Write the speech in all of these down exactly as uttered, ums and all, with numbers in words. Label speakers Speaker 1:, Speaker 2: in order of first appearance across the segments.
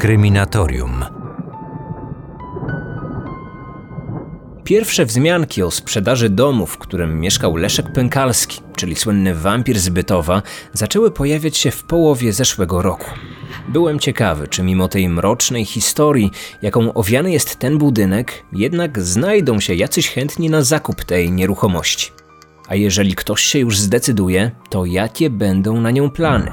Speaker 1: Kryminatorium.
Speaker 2: Pierwsze wzmianki o sprzedaży domu, w którym mieszkał Leszek Pękalski, czyli słynny wampir z Bytowa, zaczęły pojawiać się w połowie zeszłego roku. Byłem ciekawy, czy mimo tej mrocznej historii, jaką owiany jest ten budynek, jednak znajdą się jacyś chętni na zakup tej nieruchomości. A jeżeli ktoś się już zdecyduje, to jakie będą na nią plany?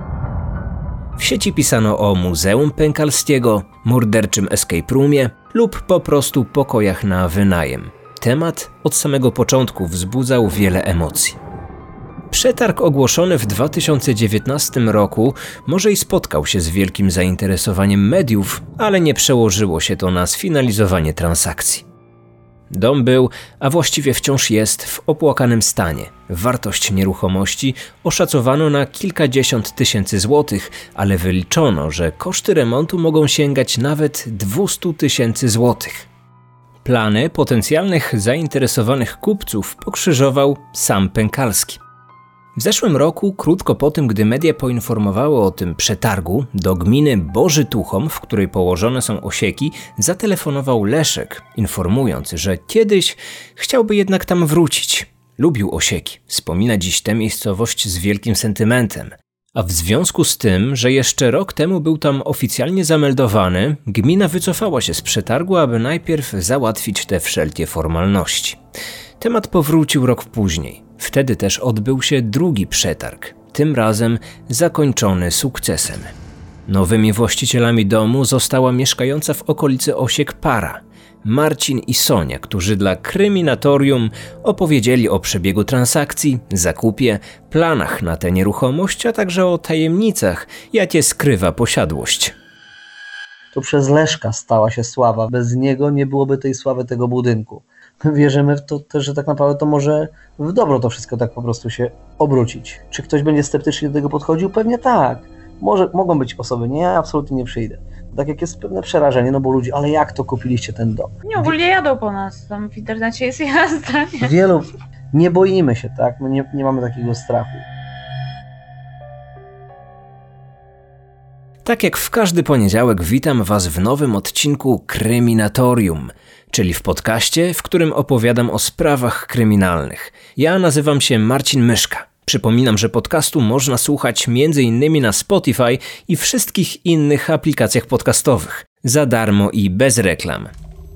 Speaker 2: W sieci pisano o Muzeum Pękalskiego, morderczym escape roomie lub po prostu pokojach na wynajem. Temat od samego początku wzbudzał wiele emocji. Przetarg ogłoszony w dwa tysiące dziewiętnastym roku może i spotkał się z wielkim zainteresowaniem mediów, ale nie przełożyło się to na sfinalizowanie transakcji. Dom był, a właściwie wciąż jest, w opłakanym stanie. Wartość nieruchomości oszacowano na kilkadziesiąt tysięcy złotych, ale wyliczono, że koszty remontu mogą sięgać nawet dwieście tysięcy złotych. Plany potencjalnych zainteresowanych kupców pokrzyżował sam Pękalski. W zeszłym roku, krótko po tym, gdy media poinformowały o tym przetargu, do gminy Boży Tuchom, w której położone są Osieki, zatelefonował Leszek, informując, że kiedyś chciałby jednak tam wrócić. Lubił Osieki, wspomina dziś tę miejscowość z wielkim sentymentem. A w związku z tym, że jeszcze rok temu był tam oficjalnie zameldowany, gmina wycofała się z przetargu, aby najpierw załatwić te wszelkie formalności. Temat powrócił rok później. Wtedy też odbył się drugi przetarg, tym razem zakończony sukcesem. Nowymi właścicielami domu została mieszkająca w okolicy Osiek para, Marcin i Sonia, którzy dla Kryminatorium opowiedzieli o przebiegu transakcji, zakupie, planach na tę nieruchomość, a także o tajemnicach, jakie skrywa posiadłość.
Speaker 3: To przez Leszka stała się sława, bez niego nie byłoby tej sławy tego budynku. Wierzymy w to też, że tak naprawdę to może w dobro to wszystko tak po prostu się obrócić. Czy ktoś będzie sceptycznie do tego podchodził? Pewnie tak. Może, mogą być osoby, nie, ja absolutnie nie przyjdę. Tak jak jest pewne przerażenie, no bo ludzie, ale jak to kupiliście ten dom?
Speaker 4: Nie, ogólnie jadą po nas, tam w internecie jest jazda. Nie?
Speaker 3: Wielu, nie boimy się, tak? My nie, nie mamy takiego strachu.
Speaker 2: Tak jak w każdy poniedziałek witam Was w nowym odcinku Kryminatorium, czyli w podcaście, w którym opowiadam o sprawach kryminalnych. Ja nazywam się Marcin Myszka. Przypominam, że podcastu można słuchać między innymi na Spotify i wszystkich innych aplikacjach podcastowych, za darmo i bez reklam.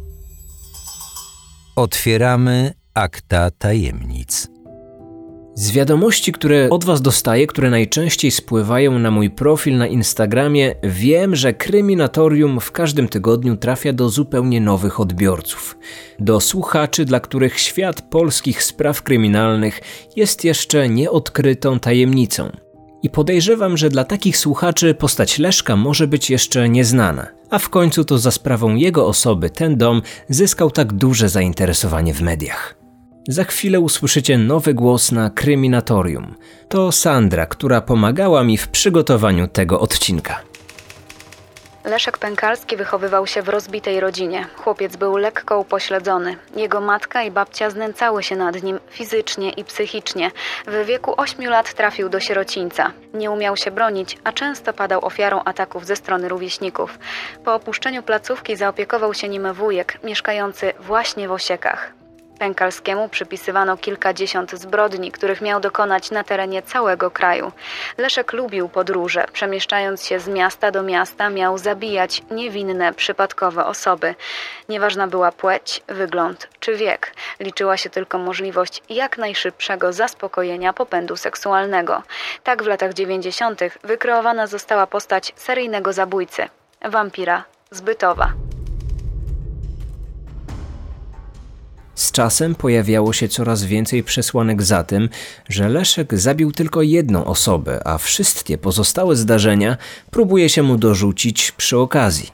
Speaker 1: Otwieramy akta tajemnic.
Speaker 2: Z wiadomości, które od Was dostaję, które najczęściej spływają na mój profil na Instagramie, wiem, że Kryminatorium w każdym tygodniu trafia do zupełnie nowych odbiorców. Do słuchaczy, dla których świat polskich spraw kryminalnych jest jeszcze nieodkrytą tajemnicą. I podejrzewam, że dla takich słuchaczy postać Leszka może być jeszcze nieznana. A w końcu to za sprawą jego osoby ten dom zyskał tak duże zainteresowanie w mediach. Za chwilę usłyszycie nowy głos na Kryminatorium. To Sandra, która pomagała mi w przygotowaniu tego odcinka.
Speaker 5: Leszek Pękalski wychowywał się w rozbitej rodzinie. Chłopiec był lekko upośledzony. Jego matka i babcia znęcały się nad nim fizycznie i psychicznie. W wieku ośmiu lat trafił do sierocińca. Nie umiał się bronić, a często padał ofiarą ataków ze strony rówieśników. Po opuszczeniu placówki zaopiekował się nim wujek, mieszkający właśnie w Osiekach. Pękalskiemu przypisywano kilkadziesiąt zbrodni, których miał dokonać na terenie całego kraju. Leszek lubił podróże. Przemieszczając się z miasta do miasta, miał zabijać niewinne, przypadkowe osoby. Nieważna była płeć, wygląd czy wiek. Liczyła się tylko możliwość jak najszybszego zaspokojenia popędu seksualnego. Tak w latach dziewięćdziesiątych wykreowana została postać seryjnego zabójcy, wampira z Bytowa.
Speaker 2: Z czasem pojawiało się coraz więcej przesłanek za tym, że Leszek zabił tylko jedną osobę, a wszystkie pozostałe zdarzenia próbuje się mu dorzucić przy okazji.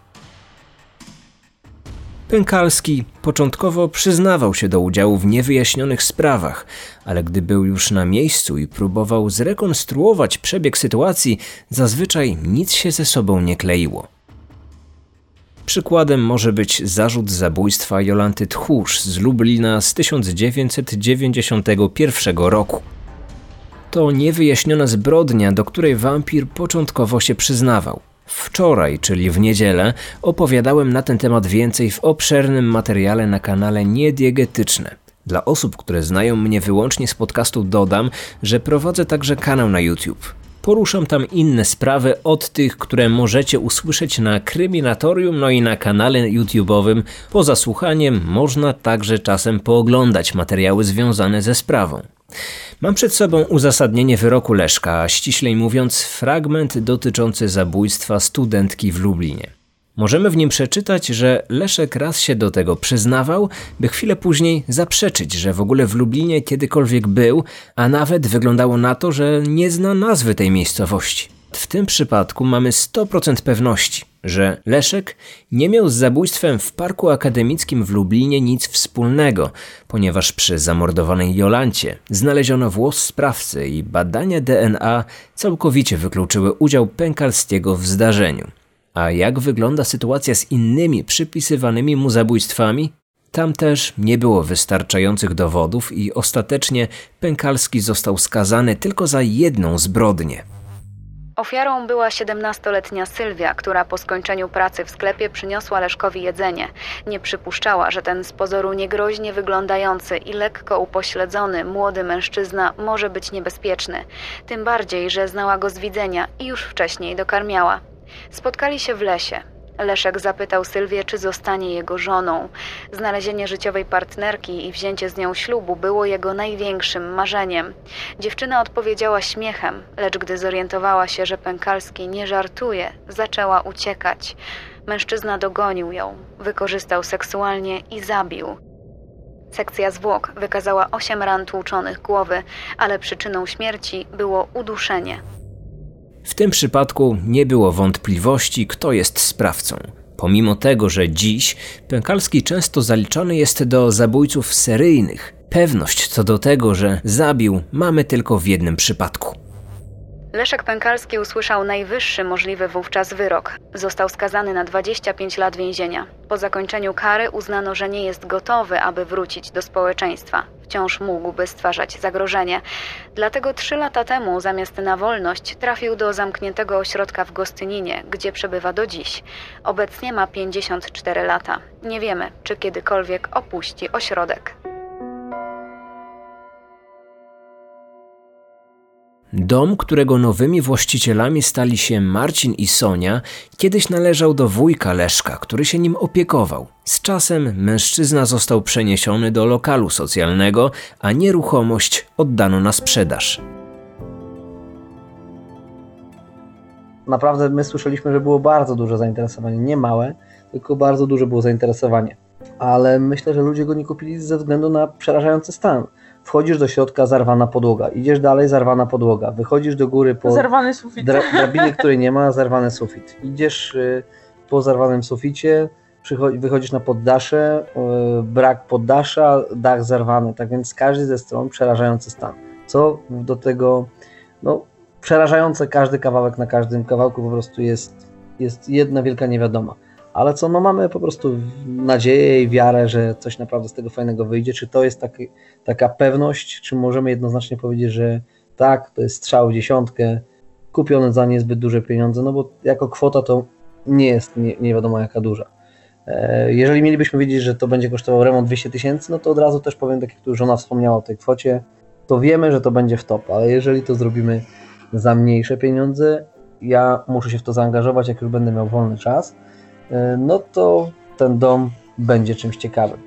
Speaker 2: Pękalski początkowo przyznawał się do udziału w niewyjaśnionych sprawach, ale gdy był już na miejscu i próbował zrekonstruować przebieg sytuacji, zazwyczaj nic się ze sobą nie kleiło. Przykładem może być zarzut zabójstwa Jolanty Tchórz z Lublina z tysiąc dziewięćset dziewięćdziesiątego pierwszego roku. To niewyjaśniona zbrodnia, do której wampir początkowo się przyznawał. Wczoraj, czyli w niedzielę, opowiadałem na ten temat więcej w obszernym materiale na kanale Niediegetyczne. Dla osób, które znają mnie wyłącznie z podcastu, dodam, że prowadzę także kanał na YouTube. Poruszam tam inne sprawy od tych, które możecie usłyszeć na Kryminatorium, no i na kanale YouTube'owym. Poza słuchaniem można także czasem pooglądać materiały związane ze sprawą. Mam przed sobą uzasadnienie wyroku Leszka, a ściślej mówiąc fragment dotyczący zabójstwa studentki w Lublinie. Możemy w nim przeczytać, że Leszek raz się do tego przyznawał, by chwilę później zaprzeczyć, że w ogóle w Lublinie kiedykolwiek był, a nawet wyglądało na to, że nie zna nazwy tej miejscowości. W tym przypadku mamy sto procent pewności, że Leszek nie miał z zabójstwem w Parku Akademickim w Lublinie nic wspólnego, ponieważ przy zamordowanej Jolancie znaleziono włos sprawcy i badania D N A całkowicie wykluczyły udział Pękalskiego w zdarzeniu. A jak wygląda sytuacja z innymi przypisywanymi mu zabójstwami? Tam też nie było wystarczających dowodów i ostatecznie Pękalski został skazany tylko za jedną zbrodnię.
Speaker 5: Ofiarą była siedemnastoletnia Sylwia, która po skończeniu pracy w sklepie przyniosła Leszkowi jedzenie. Nie przypuszczała, że ten z pozoru niegroźnie wyglądający i lekko upośledzony młody mężczyzna może być niebezpieczny. Tym bardziej, że znała go z widzenia i już wcześniej dokarmiała. Spotkali się w lesie. Leszek zapytał Sylwię, czy zostanie jego żoną. Znalezienie życiowej partnerki i wzięcie z nią ślubu było jego największym marzeniem. Dziewczyna odpowiedziała śmiechem, lecz gdy zorientowała się, że Pękalski nie żartuje, zaczęła uciekać. Mężczyzna dogonił ją, wykorzystał seksualnie i zabił. Sekcja zwłok wykazała osiem ran tłuczonych głowy, ale przyczyną śmierci było uduszenie.
Speaker 2: W tym przypadku nie było wątpliwości, kto jest sprawcą. Pomimo tego, że dziś Pękalski często zaliczany jest do zabójców seryjnych, pewność co do tego, że zabił, mamy tylko w jednym przypadku.
Speaker 5: Leszek Pękalski usłyszał najwyższy możliwy wówczas wyrok. Został skazany na dwadzieścia pięć lat więzienia. Po zakończeniu kary uznano, że nie jest gotowy, aby wrócić do społeczeństwa. Wciąż mógłby stwarzać zagrożenie. Dlatego trzy lata temu zamiast na wolność trafił do zamkniętego ośrodka w Gostyninie, gdzie przebywa do dziś. Obecnie ma pięćdziesiąt cztery lata. Nie wiemy, czy kiedykolwiek opuści ośrodek.
Speaker 2: Dom, którego nowymi właścicielami stali się Marcin i Sonia, kiedyś należał do wujka Leszka, który się nim opiekował. Z czasem mężczyzna został przeniesiony do lokalu socjalnego, a nieruchomość oddano na sprzedaż.
Speaker 3: Naprawdę my słyszeliśmy, że było bardzo duże zainteresowanie, nie małe, tylko bardzo duże było zainteresowanie. Ale myślę, że ludzie go nie kupili ze względu na przerażający stan. Wchodzisz do środka, zarwana podłoga, idziesz dalej, zarwana podłoga, wychodzisz do góry po
Speaker 4: Zarwany sufit.
Speaker 3: dra- drabinie, której nie ma, zarwany sufit. Idziesz y, po zarwanym suficie, przycho- wychodzisz na poddasze, y, brak poddasza, dach zarwany, tak więc z każdej ze stron przerażający stan. Co do tego, no przerażające, każdy kawałek na każdym kawałku po prostu jest, jest jedna wielka niewiadoma. Ale co, no mamy po prostu nadzieję i wiarę, że coś naprawdę z tego fajnego wyjdzie. Czy to jest taki, taka pewność, czy możemy jednoznacznie powiedzieć, że tak, to jest strzał w dziesiątkę, kupiony za niezbyt duże pieniądze, no bo jako kwota to nie jest nie, nie wiadomo jaka duża. Jeżeli mielibyśmy wiedzieć, że to będzie kosztował remont dwieście tysięcy, no to od razu też powiem, tak jak tu żona wspomniała o tej kwocie, to wiemy, że to będzie w top, ale jeżeli to zrobimy za mniejsze pieniądze, ja muszę się w to zaangażować, jak już będę miał wolny czas, no to ten dom będzie czymś ciekawym.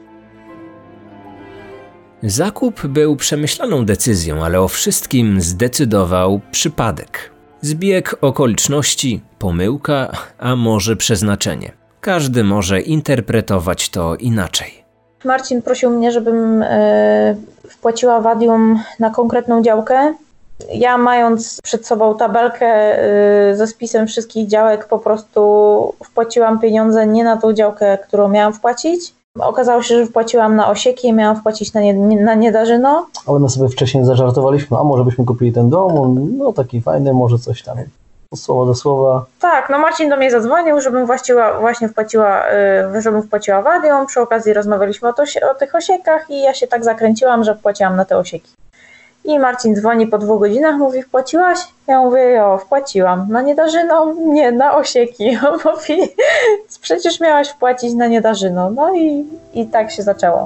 Speaker 2: Zakup był przemyślaną decyzją, ale o wszystkim zdecydował przypadek. Zbieg okoliczności, pomyłka, a może przeznaczenie. Każdy może interpretować to inaczej.
Speaker 6: Marcin prosił mnie, żebym y, wpłaciła wadium na konkretną działkę. Ja, mając przed sobą tabelkę y, ze spisem wszystkich działek, po prostu wpłaciłam pieniądze nie na tą działkę, którą miałam wpłacić. Okazało się, że wpłaciłam na Osieki i miałam wpłacić na, nie, na Niedarzyno.
Speaker 3: Ale my sobie wcześniej zażartowaliśmy, a może byśmy kupili ten dom, no taki fajny, może coś tam. Słowo do słowa.
Speaker 6: Tak, no Marcin do mnie zadzwonił, żebym właściła, właśnie wpłaciła, y, żebym wpłaciła wadium. Przy okazji rozmawialiśmy o, to, o tych Osiekach i ja się tak zakręciłam, że wpłaciłam na te Osieki. I Marcin dzwoni po dwóch godzinach, mówi, wpłaciłaś? Ja mówię, jo, wpłaciłam. Na Niedarzyno? Nie, na Osieki. On mówi, przecież miałaś wpłacić na Niedarzyno. No i, i tak się zaczęło.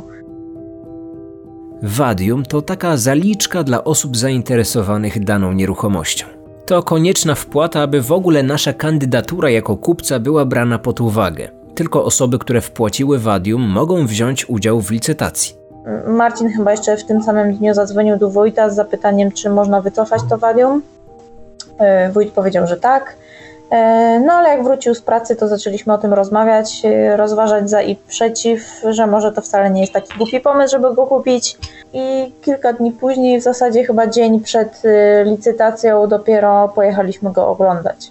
Speaker 2: Vadium to taka zaliczka dla osób zainteresowanych daną nieruchomością. To konieczna wpłata, aby w ogóle nasza kandydatura jako kupca była brana pod uwagę. Tylko osoby, które wpłaciły Vadium, mogą wziąć udział w licytacji.
Speaker 6: Marcin chyba jeszcze w tym samym dniu zadzwonił do wójta z zapytaniem, czy można wycofać to Vadium. Wójt powiedział, że tak. No ale jak wrócił z pracy, to zaczęliśmy o tym rozmawiać, rozważać za i przeciw, że może to wcale nie jest taki głupi pomysł, żeby go kupić. I kilka dni później, w zasadzie chyba dzień przed licytacją, dopiero pojechaliśmy go oglądać.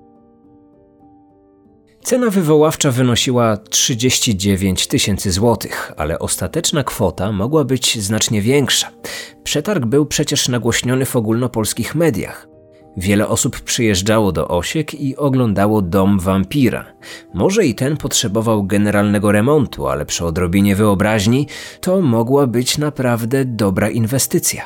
Speaker 2: Cena wywoławcza wynosiła trzydzieści dziewięć tysięcy złotych, ale ostateczna kwota mogła być znacznie większa. Przetarg był przecież nagłośniony w ogólnopolskich mediach. Wiele osób przyjeżdżało do Osiek i oglądało dom wampira. Może i ten potrzebował generalnego remontu, ale przy odrobinie wyobraźni to mogła być naprawdę dobra inwestycja.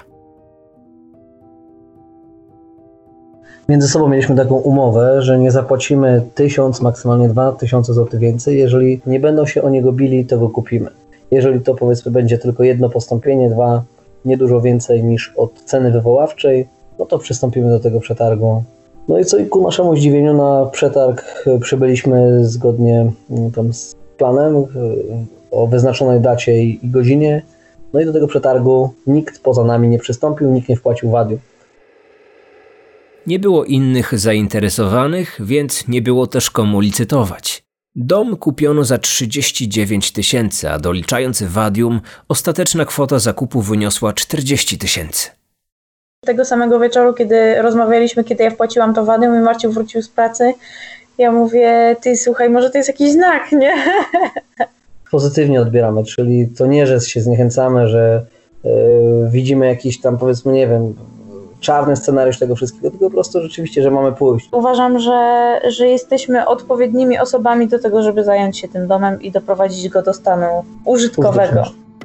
Speaker 3: Między sobą mieliśmy taką umowę, że nie zapłacimy tysiąc, maksymalnie dwa tysiące złotych więcej. Jeżeli nie będą się o niego bili, to go kupimy. Jeżeli to, powiedzmy, będzie tylko jedno postąpienie, dwa, nie dużo więcej niż od ceny wywoławczej, no to przystąpimy do tego przetargu. No i co, i ku naszemu zdziwieniu na przetarg przybyliśmy zgodnie tam z planem o wyznaczonej dacie i godzinie. No i do tego przetargu nikt poza nami nie przystąpił, nikt nie wpłacił Vadium.
Speaker 2: Nie było innych zainteresowanych, więc nie było też komu licytować. Dom kupiono za trzydzieści dziewięć tysięcy, a doliczając Vadium, ostateczna kwota zakupu wyniosła czterdzieści tysięcy.
Speaker 6: Tego samego wieczoru, kiedy rozmawialiśmy, kiedy ja wpłaciłam to Vadium i Marcin wrócił z pracy, ja mówię, ty słuchaj, może to jest jakiś znak, nie?
Speaker 3: Pozytywnie odbieramy, czyli to nie, że się zniechęcamy, że yy, widzimy jakiś tam, powiedzmy, nie wiem, czarny scenariusz tego wszystkiego, tylko po prostu rzeczywiście, że mamy pójść.
Speaker 6: Uważam, że, że jesteśmy odpowiednimi osobami do tego, żeby zająć się tym domem i doprowadzić go do stanu użytkowego.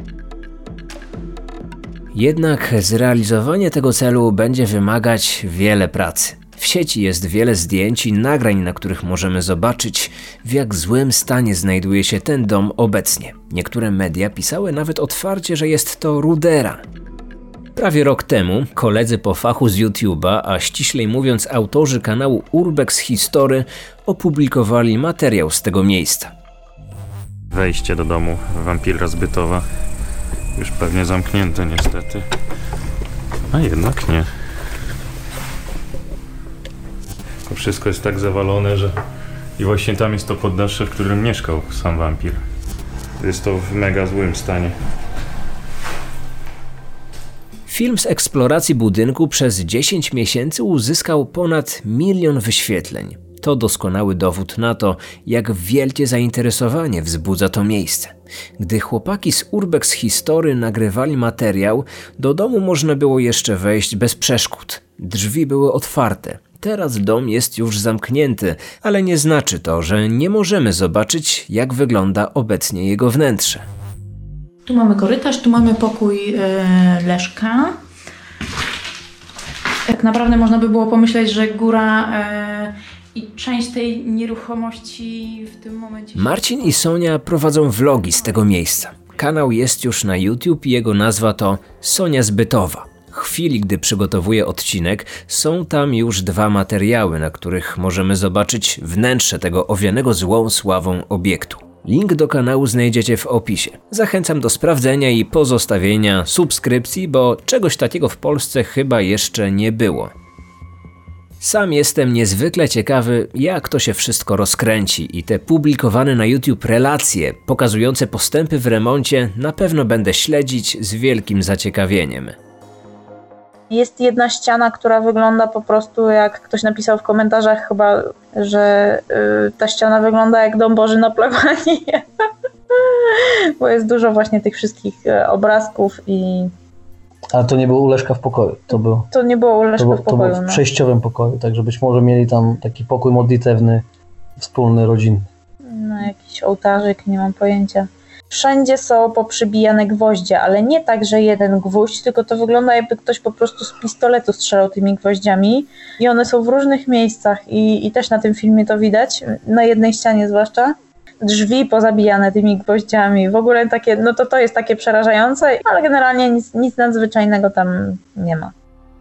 Speaker 2: Jednak zrealizowanie tego celu będzie wymagać wiele pracy. W sieci jest wiele zdjęć i nagrań, na których możemy zobaczyć, w jak złym stanie znajduje się ten dom obecnie. Niektóre media pisały nawet otwarcie, że jest to rudera. Prawie rok temu koledzy po fachu z YouTube'a, a ściślej mówiąc autorzy kanału Urbex History, opublikowali materiał z tego miejsca.
Speaker 7: Wejście do domu wampira z Bytowa. Już pewnie zamknięte niestety. A jednak nie. To wszystko jest tak zawalone, że... I właśnie tam jest to poddasze, w którym mieszkał sam wampir. Jest to w mega złym stanie.
Speaker 2: Film z eksploracji budynku przez dziesięć miesięcy uzyskał ponad milion wyświetleń. To doskonały dowód na to, jak wielkie zainteresowanie wzbudza to miejsce. Gdy chłopaki z Urbex History nagrywali materiał, do domu można było jeszcze wejść bez przeszkód. Drzwi były otwarte. Teraz dom jest już zamknięty, ale nie znaczy to, że nie możemy zobaczyć, jak wygląda obecnie jego wnętrze.
Speaker 8: Tu mamy korytarz, tu mamy pokój e, Leszka. Tak naprawdę można by było pomyśleć, że góra e, i część tej nieruchomości w tym momencie...
Speaker 2: Marcin i Sonia prowadzą vlogi z tego miejsca. Kanał jest już na YouTube i jego nazwa to Sonia z Bytowa. W chwili, gdy przygotowuję odcinek, są tam już dwa materiały, na których możemy zobaczyć wnętrze tego owianego złą sławą obiektu. Link do kanału znajdziecie w opisie. Zachęcam do sprawdzenia i pozostawienia subskrypcji, bo czegoś takiego w Polsce chyba jeszcze nie było. Sam jestem niezwykle ciekawy, jak to się wszystko rozkręci i te publikowane na YouTube relacje pokazujące postępy w remoncie na pewno będę śledzić z wielkim zaciekawieniem.
Speaker 6: Jest jedna ściana, która wygląda po prostu, jak ktoś napisał w komentarzach chyba, że y, ta ściana wygląda jak Dom Boży na plaganie. Bo jest dużo właśnie tych wszystkich obrazków i...
Speaker 3: Ale to nie było u Leszka w pokoju. To, był,
Speaker 6: to nie było u Leszka
Speaker 3: to był,
Speaker 6: w pokoju.
Speaker 3: To był w
Speaker 6: no.
Speaker 3: przejściowym pokoju, także być może mieli tam taki pokój modlitewny, wspólny, rodzinny.
Speaker 6: No jakiś ołtarzyk, nie mam pojęcia. Wszędzie są poprzybijane gwoździe, ale nie tak, że jeden gwóźdź, tylko to wygląda, jakby ktoś po prostu z pistoletu strzelał tymi gwoździami i one są w różnych miejscach i, i też na tym filmie to widać, na jednej ścianie zwłaszcza. Drzwi pozabijane tymi gwoździami, w ogóle takie, no to to jest takie przerażające, ale generalnie nic, nic nadzwyczajnego tam nie ma.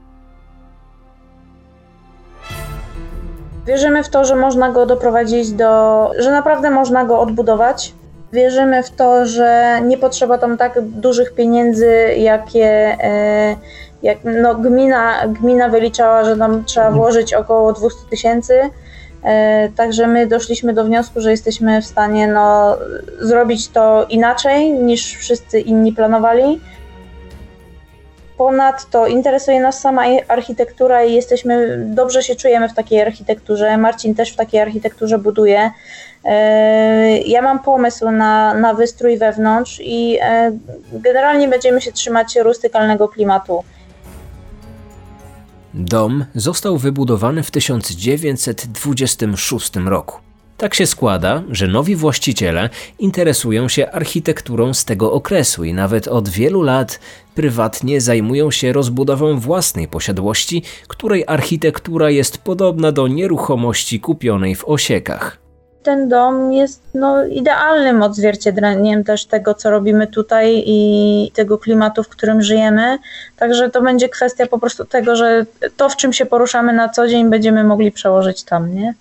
Speaker 6: Wierzymy w to, że można go doprowadzić do, że naprawdę można go odbudować. Wierzymy w to, że nie potrzeba tam tak dużych pieniędzy, jakie jak, no, gmina, gmina wyliczała, że tam trzeba włożyć około dwieście tysięcy. Także my doszliśmy do wniosku, że jesteśmy w stanie no, zrobić to inaczej niż wszyscy inni planowali. Ponadto interesuje nas sama architektura i jesteśmy, dobrze się czujemy w takiej architekturze. Marcin też w takiej architekturze buduje. Ja mam pomysł na, na wystrój wewnątrz i generalnie będziemy się trzymać rustykalnego klimatu.
Speaker 2: Dom został wybudowany w tysiąc dziewięćset dwudziestym szóstym roku. Tak się składa, że nowi właściciele interesują się architekturą z tego okresu i nawet od wielu lat prywatnie zajmują się rozbudową własnej posiadłości, której architektura jest podobna do nieruchomości kupionej w Osiekach.
Speaker 6: Ten dom jest no, idealnym odzwierciedleniem też tego, co robimy tutaj i tego klimatu, w którym żyjemy. Także to będzie kwestia po prostu tego, że to, w czym się poruszamy na co dzień, będziemy mogli przełożyć tam, nie?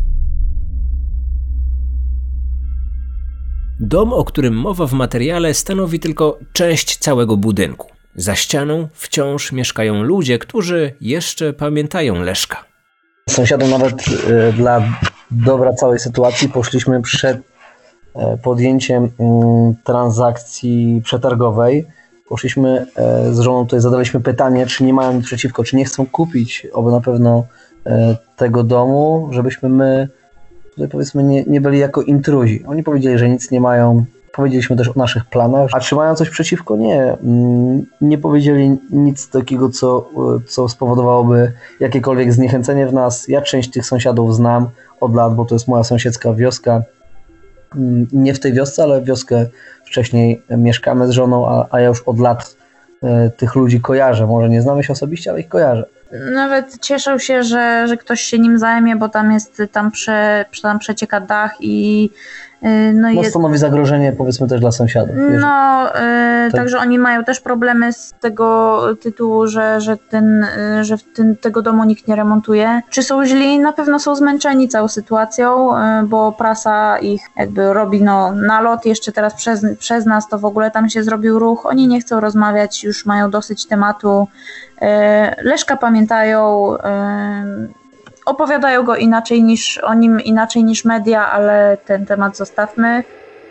Speaker 2: Dom, o którym mowa w materiale, stanowi tylko część całego budynku. Za ścianą wciąż mieszkają ludzie, którzy jeszcze pamiętają Leszka.
Speaker 3: Sąsiadom nawet y, dla dobra całej sytuacji poszliśmy przed y, podjęciem y, transakcji przetargowej. Poszliśmy y, z żoną, tutaj zadaliśmy pytanie, czy nie mają nic przeciwko, czy nie chcą kupić oby na pewno y, tego domu, żebyśmy my tutaj powiedzmy nie, nie byli jako intruzi. Oni powiedzieli, że nic nie mają. Powiedzieliśmy też o naszych planach. A czy mają coś przeciwko? Nie. Nie powiedzieli nic takiego, co, co spowodowałoby jakiekolwiek zniechęcenie w nas. Ja część tych sąsiadów znam od lat, bo to jest moja sąsiedzka wioska. Nie w tej wiosce, ale wioskę wcześniej mieszkamy z żoną, a, a ja już od lat tych ludzi kojarzę. Może nie znamy się osobiście, ale ich kojarzę.
Speaker 6: Nawet cieszył się, że, że ktoś się nim zajmie, bo tam jest, tam, prze, tam przecieka dach i no,
Speaker 3: no
Speaker 6: jest,
Speaker 3: stanowi zagrożenie powiedzmy też dla sąsiadów.
Speaker 6: No, yy,
Speaker 3: tak.
Speaker 6: Także oni mają też problemy z tego tytułu, że, że, ten, yy, że w ten, tego domu nikt nie remontuje. Czy są źli? Na pewno są zmęczeni całą sytuacją, yy, bo prasa ich jakby robi no, nalot. Jeszcze teraz przez, przez nas to w ogóle tam się zrobił ruch. Oni nie chcą rozmawiać, już mają dosyć tematu. Yy, Leszka pamiętają, yy, opowiadają go inaczej niż o nim, inaczej niż media, ale ten temat zostawmy.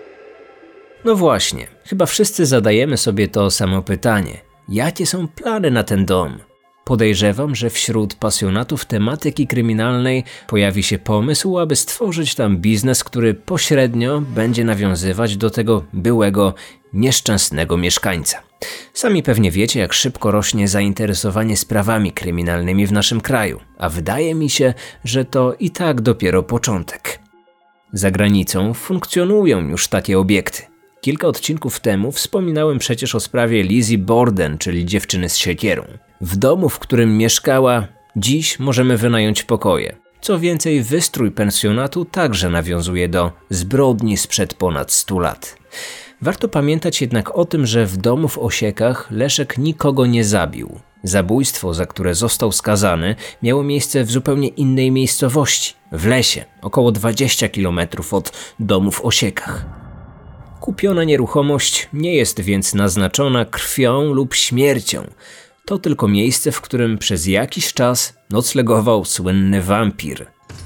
Speaker 2: No właśnie, chyba wszyscy zadajemy sobie to samo pytanie. Jakie są plany na ten dom? Podejrzewam, że wśród pasjonatów tematyki kryminalnej pojawi się pomysł, aby stworzyć tam biznes, który pośrednio będzie nawiązywać do tego byłego, nieszczęsnego mieszkańca. Sami pewnie wiecie, jak szybko rośnie zainteresowanie sprawami kryminalnymi w naszym kraju, a wydaje mi się, że to i tak dopiero początek. Za granicą funkcjonują już takie obiekty. Kilka odcinków temu wspominałem przecież o sprawie Lizzie Borden, czyli dziewczyny z siekierą. W domu, w którym mieszkała, dziś możemy wynająć pokoje. Co więcej, wystrój pensjonatu także nawiązuje do zbrodni sprzed ponad stu lat. Warto pamiętać jednak o tym, że w domu w Osiekach Leszek nikogo nie zabił. Zabójstwo, za które został skazany, miało miejsce w zupełnie innej miejscowości, w lesie, około dwadzieścia kilometrów od domu w Osiekach. Kupiona nieruchomość nie jest więc naznaczona krwią lub śmiercią. To tylko miejsce, w którym przez jakiś czas noclegował słynny wampir.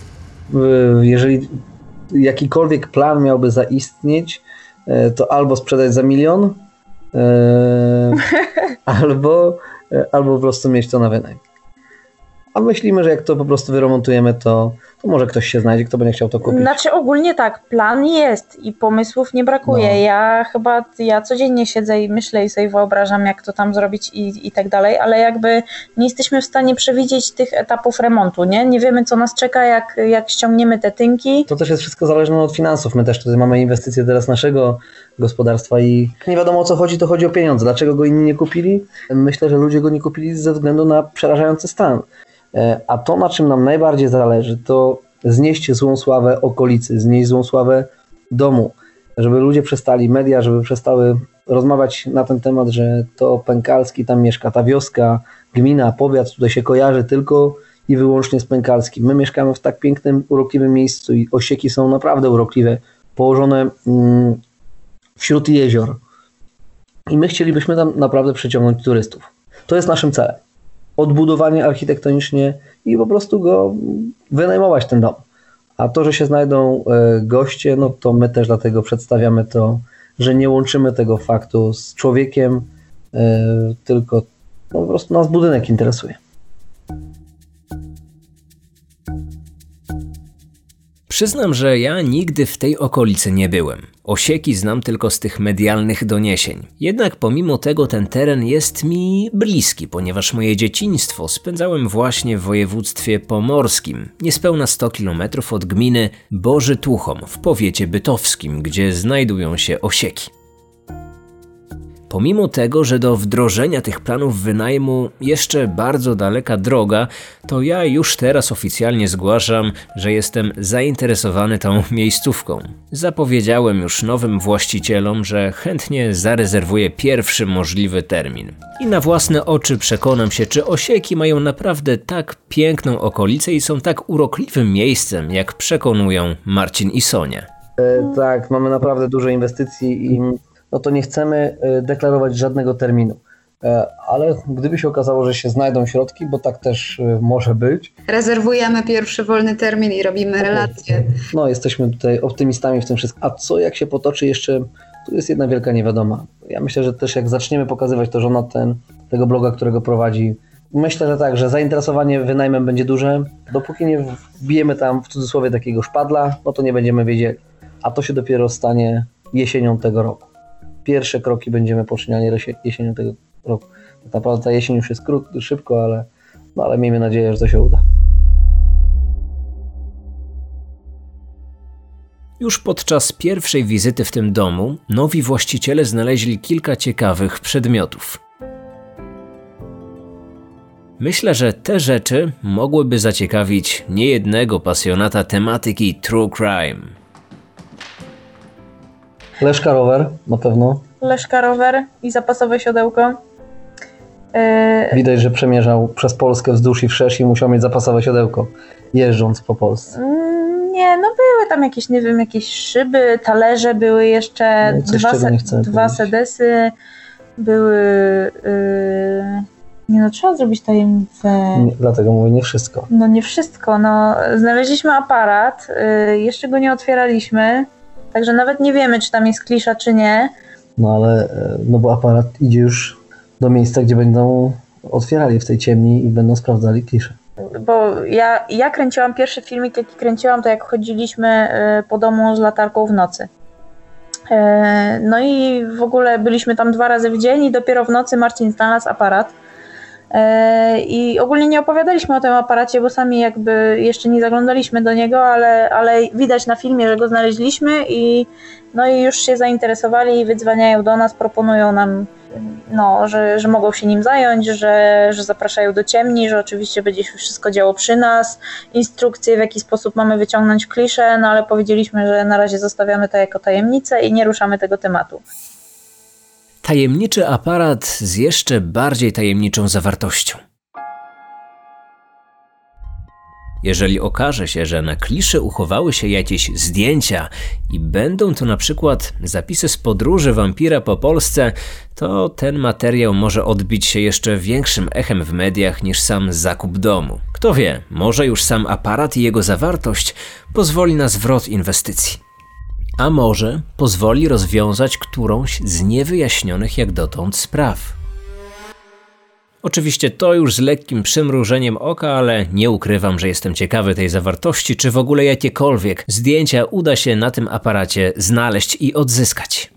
Speaker 3: Jeżeli jakikolwiek plan miałby zaistnieć, to albo sprzedać za milion, albo, albo po prostu mieć to na wynajem. A myślimy, że jak to po prostu wyremontujemy, to, to może ktoś się znajdzie, kto będzie chciał to kupić.
Speaker 6: Znaczy ogólnie tak, plan jest i pomysłów nie brakuje. No. Ja chyba, ja codziennie siedzę i myślę i sobie wyobrażam, jak to tam zrobić i, i tak dalej, ale jakby nie jesteśmy w stanie przewidzieć tych etapów remontu, nie? Nie wiemy, co nas czeka, jak, jak ściągniemy te tynki.
Speaker 3: To też jest wszystko zależne od finansów. My też tutaj mamy inwestycje teraz naszego gospodarstwa i nie wiadomo, o co chodzi, to chodzi o pieniądze. Dlaczego go inni nie kupili? Myślę, że ludzie go nie kupili ze względu na przerażający stan. A to, na czym nam najbardziej zależy, to znieść złą sławę okolicy, znieść złą sławę domu, żeby ludzie przestali, media, żeby przestały rozmawiać na ten temat, że to Pękalski tam mieszka, ta wioska, gmina, powiat tutaj się kojarzy tylko i wyłącznie z Pękalskim. My mieszkamy w tak pięknym, urokliwym miejscu i Osieki są naprawdę urokliwe, położone mm, wśród jezior i my chcielibyśmy tam naprawdę przyciągnąć turystów. To jest naszym celem. Odbudowanie architektonicznie i po prostu go wynajmować ten dom. A to, że się znajdą goście, no to my też dlatego przedstawiamy to, że nie łączymy tego faktu z człowiekiem, tylko no po prostu nas budynek interesuje.
Speaker 2: Przyznam, że ja nigdy w tej okolicy nie byłem. Osieki znam tylko z tych medialnych doniesień. Jednak pomimo tego ten teren jest mi bliski, ponieważ moje dzieciństwo spędzałem właśnie w województwie pomorskim, niespełna sto kilometrów od gminy Boży Tuchom w powiecie bytowskim, gdzie znajdują się Osieki. Pomimo tego, że do wdrożenia tych planów wynajmu jeszcze bardzo daleka droga, to ja już teraz oficjalnie zgłaszam, że jestem zainteresowany tą miejscówką. Zapowiedziałem już nowym właścicielom, że chętnie zarezerwuję pierwszy możliwy termin. I na własne oczy przekonam się, czy Osieki mają naprawdę tak piękną okolicę i są tak urokliwym miejscem, jak przekonują Marcin i Sonia.
Speaker 3: E, tak, mamy naprawdę dużo inwestycji i no to nie chcemy deklarować żadnego terminu. Ale gdyby się okazało, że się znajdą środki, bo tak też może być.
Speaker 9: Rezerwujemy pierwszy wolny termin i robimy relacje.
Speaker 3: No, jesteśmy tutaj optymistami w tym wszystkim. A co jak się potoczy jeszcze, tu jest jedna wielka niewiadoma. Ja myślę, że też jak zaczniemy pokazywać to żona ten, tego bloga, którego prowadzi, myślę, że tak, że zainteresowanie wynajmem będzie duże. Dopóki nie wbijemy tam w cudzysłowie takiego szpadla, no to nie będziemy wiedzieli. A to się dopiero stanie jesienią tego roku. Pierwsze kroki będziemy poczyniali jesienią tego roku. Tak naprawdę ta jesień już jest krót, szybko, ale, no ale miejmy nadzieję, że to się uda.
Speaker 2: Już podczas pierwszej wizyty w tym domu nowi właściciele znaleźli kilka ciekawych przedmiotów. Myślę, że te rzeczy mogłyby zaciekawić niejednego pasjonata tematyki true crime.
Speaker 3: Leszka rower, na pewno.
Speaker 6: Leszka rower i zapasowe siodełko. Yy...
Speaker 3: Widać, że przemierzał przez Polskę wzdłuż i wszerz i musiał mieć zapasowe siodełko, jeżdżąc po Polsce.
Speaker 6: Nie, no były tam jakieś, nie wiem, jakieś szyby, talerze, były jeszcze
Speaker 3: no
Speaker 6: dwa, se- dwa sedesy, były... Yy... Nie no, trzeba zrobić tajemnicę.
Speaker 3: Nie, dlatego mówię, nie wszystko.
Speaker 6: No nie wszystko, no. Znaleźliśmy aparat, yy, jeszcze go nie otwieraliśmy. Także nawet nie wiemy, czy tam jest klisza, czy nie.
Speaker 3: No ale, no bo aparat idzie już do miejsca, gdzie będą otwierali w tej ciemni i będą sprawdzali kliszę.
Speaker 6: Bo ja, ja kręciłam pierwszy filmik, jaki kręciłam, to jak chodziliśmy po domu z latarką w nocy. No i w ogóle byliśmy tam dwa razy w dzień i dopiero w nocy Marcin znalazł aparat. I ogólnie nie opowiadaliśmy o tym aparacie, bo sami jakby jeszcze nie zaglądaliśmy do niego, ale, ale widać na filmie, że go znaleźliśmy i, no i już się zainteresowali i wydzwaniają do nas, proponują nam, no, że, że mogą się nim zająć, że, że zapraszają do ciemni, że oczywiście będzie się wszystko działo przy nas, instrukcje w jaki sposób mamy wyciągnąć kliszę, no ale powiedzieliśmy, że na razie zostawiamy to jako tajemnicę i nie ruszamy tego tematu.
Speaker 2: Tajemniczy aparat z jeszcze bardziej tajemniczą zawartością. Jeżeli okaże się, że na kliszy uchowały się jakieś zdjęcia i będą to na przykład zapisy z podróży wampira po Polsce, to ten materiał może odbić się jeszcze większym echem w mediach niż sam zakup domu. Kto wie, może już sam aparat i jego zawartość pozwoli na zwrot inwestycji. A może pozwoli rozwiązać którąś z niewyjaśnionych jak dotąd spraw. Oczywiście to już z lekkim przymrużeniem oka, ale nie ukrywam, że jestem ciekawy tej zawartości, czy w ogóle jakiekolwiek zdjęcia uda się na tym aparacie znaleźć i odzyskać.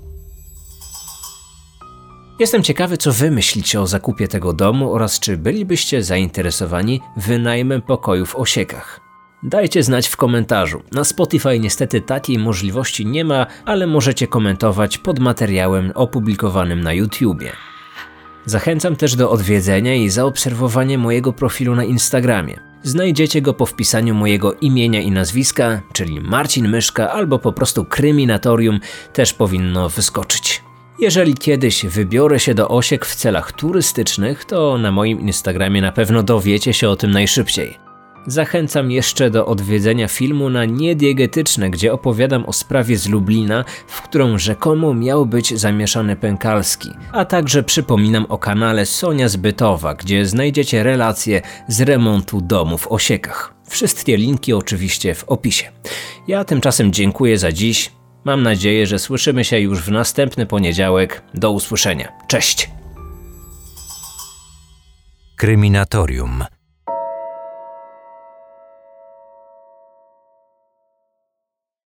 Speaker 2: Jestem ciekawy, co wy myślicie o zakupie tego domu oraz czy bylibyście zainteresowani wynajmem pokoju w Osiekach. Dajcie znać w komentarzu. Na Spotify niestety takiej możliwości nie ma, ale możecie komentować pod materiałem opublikowanym na YouTubie. Zachęcam też do odwiedzenia i zaobserwowania mojego profilu na Instagramie. Znajdziecie go po wpisaniu mojego imienia i nazwiska, czyli Marcin Myszka albo po prostu Kryminatorium też powinno wyskoczyć. Jeżeli kiedyś wybiorę się do Osiek w celach turystycznych, to na moim Instagramie na pewno dowiecie się o tym najszybciej. Zachęcam jeszcze do odwiedzenia filmu na Niediegetyczne, gdzie opowiadam o sprawie z Lublina, w którą rzekomo miał być zamieszany Pękalski, a także przypominam o kanale Sonia Zbytowa, gdzie znajdziecie relacje z remontu domu w Osiekach. Wszystkie linki oczywiście w opisie. Ja tymczasem dziękuję za dziś. Mam nadzieję, że słyszymy się już w następny poniedziałek. Do usłyszenia. Cześć!
Speaker 1: Kryminatorium.